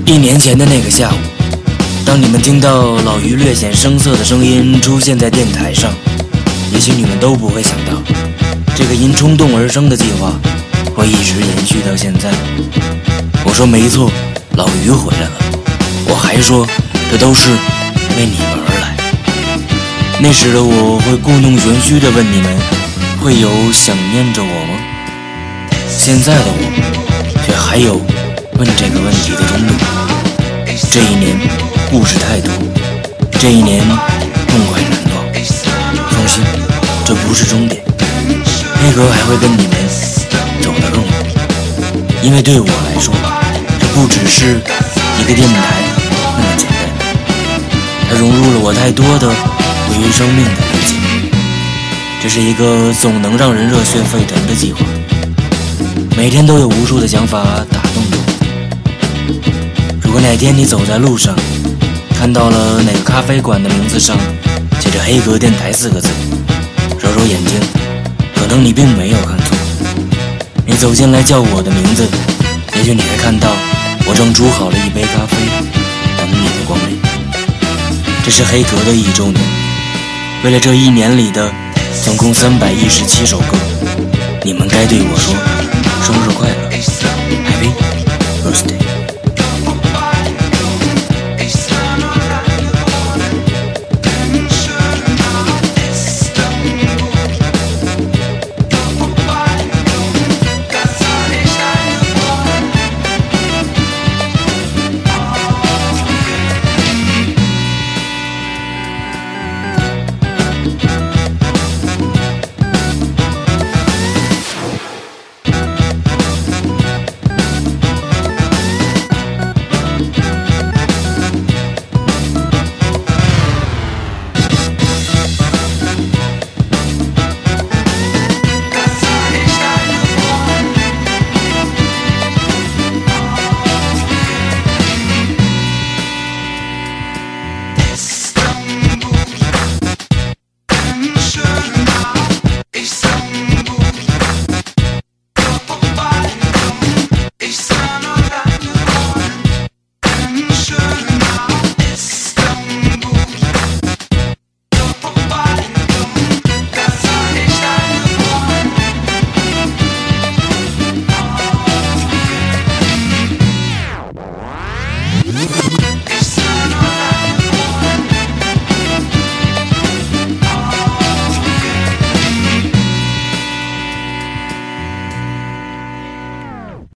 1年前的那个下午，当你们听到老于略显生涩的声音出现在电台上，也许你们都不会想到，这个因冲动而生的计划会一直延续到现在。我说没错，老于回来了。我还说，这都是为你们而来。那时的我会故弄玄虚地问你们，会有想念着我吗？现在的我却还有问这个问题的冲动。这一年故事太多，这一年痛快难忘。放心，这不是终点，黑格还会跟你们走得更远。因为对我来说，这不只是一个电台那么简单，它融入了我太多的关于生命的理解。这是一个总能让人热血沸腾的计划，每天都有无数的想法打动着我。如果哪天你走在路上，看到了哪个咖啡馆的名字上写着黑格电台4个字，揉揉眼睛，可能你并没有看错。你走进来叫我的名字，也许你会看到我正煮好了一杯咖啡，等你的光临。这是黑格的1周年，为了这1年里的总共317首歌，你们该对我说